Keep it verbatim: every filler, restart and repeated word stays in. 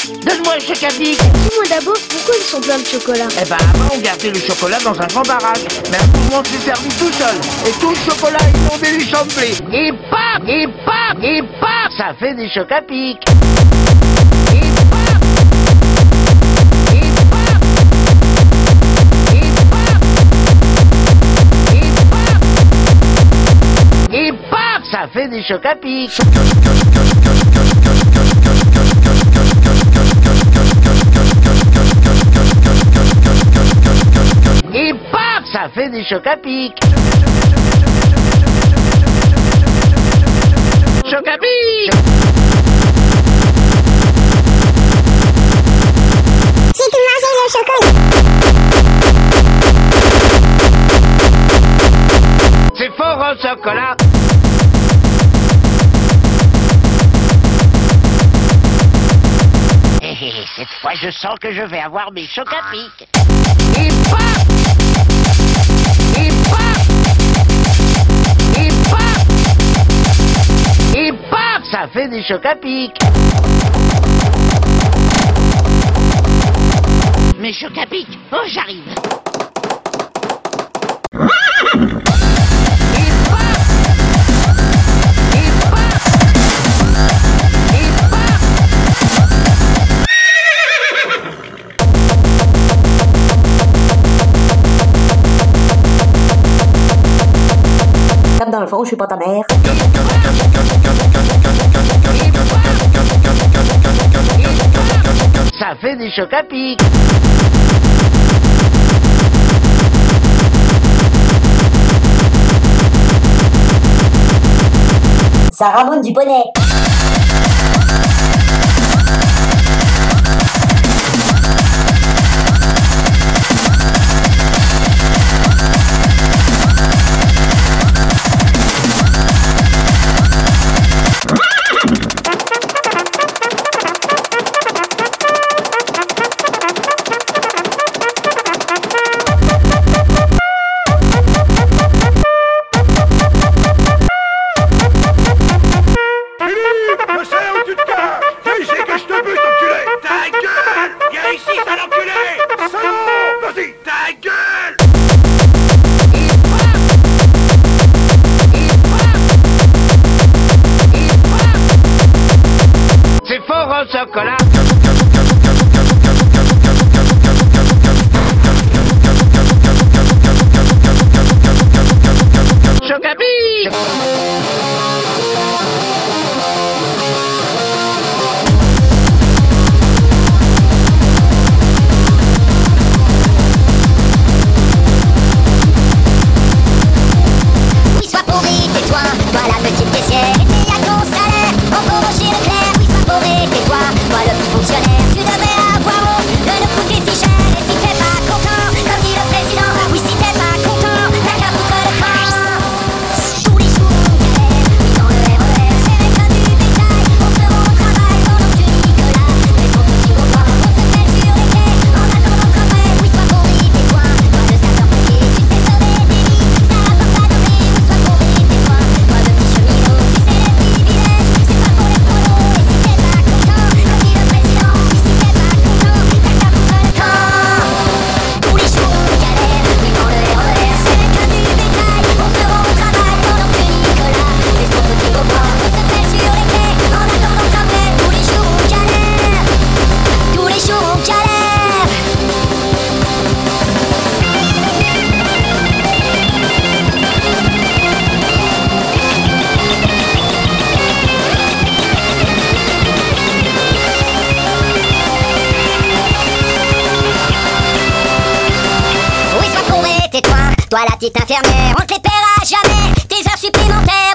Donne-moi le chocapic. Dis-moi d'abord, pourquoi ils sont pleins de chocolat? Eh ben avant on gardait le chocolat dans un grand barrage. Mais un moment s'est servi tout seul. Et tout le chocolat est tombé du chamblé. Et paf, et paf, et paf, ça fait des chocapics. Et paf, et paf, et paf, et paf, et paf, ça fait des chocapics. Et paf, ça fait des chocapics. Chocapic. Si tu mangeais le chocolat. C'est fort au chocolat. Hé hé hé, cette fois je sens que je vais avoir mes chocapics. Et paf, et paf, et paf, et paf, ça fait des chocapics. Mes chocapics, oh j'arrive. Et paf, et paf, et paf. Comme dans le fond, je suis pas ta mère. Ça fait des chocapics. Ça ramène du bonnet. Chocolat. Chocapic. Oui, sois pauvre, tais-toi, toi la petite caissière. Et paye à ton salaire, encore chez Leclerc. Oui, sois pauvre, tais-toi, toi le petit fonctionnaire. Tu devrais avoir honte de nous coûter si cher. Et si t'es pas content, comme dit le président, oui, si t'es pas content, t'as qu'à foutre le camp. Tous les jours on galère, oui, dans le R E R, c'est les trains du bétail. On se rend au travail pendant que Nicolas fait son petit repas. On se fait sur les quais, en attendant le tramway. Oui, sois pauvre, tais-toi, toi le sapeur-pompier, tu sais sauver des vies, ça rapporte pas de prix. Oui, sois pauvre, tais-toi, toi le petit cheminot, tu sais les privilèges, c'est pas pour les prolos. Et si t'es pas content, comme dit le président, oui, si t'es pas content, t'as qu'à foutre le camp. Tous les jours on galère, oui, dans le R E R, c'est les trains du bétail. On se rend au travail pendant que Nicolas fait son petit repas. On se fait sur les quais, en attendant le tramway. Tous les jours on galère, tous les jours on galère. Oui, sois pauvre, tais-toi, toi la petite infirmière, on te les paiera jamais, tes heures supplémentaires.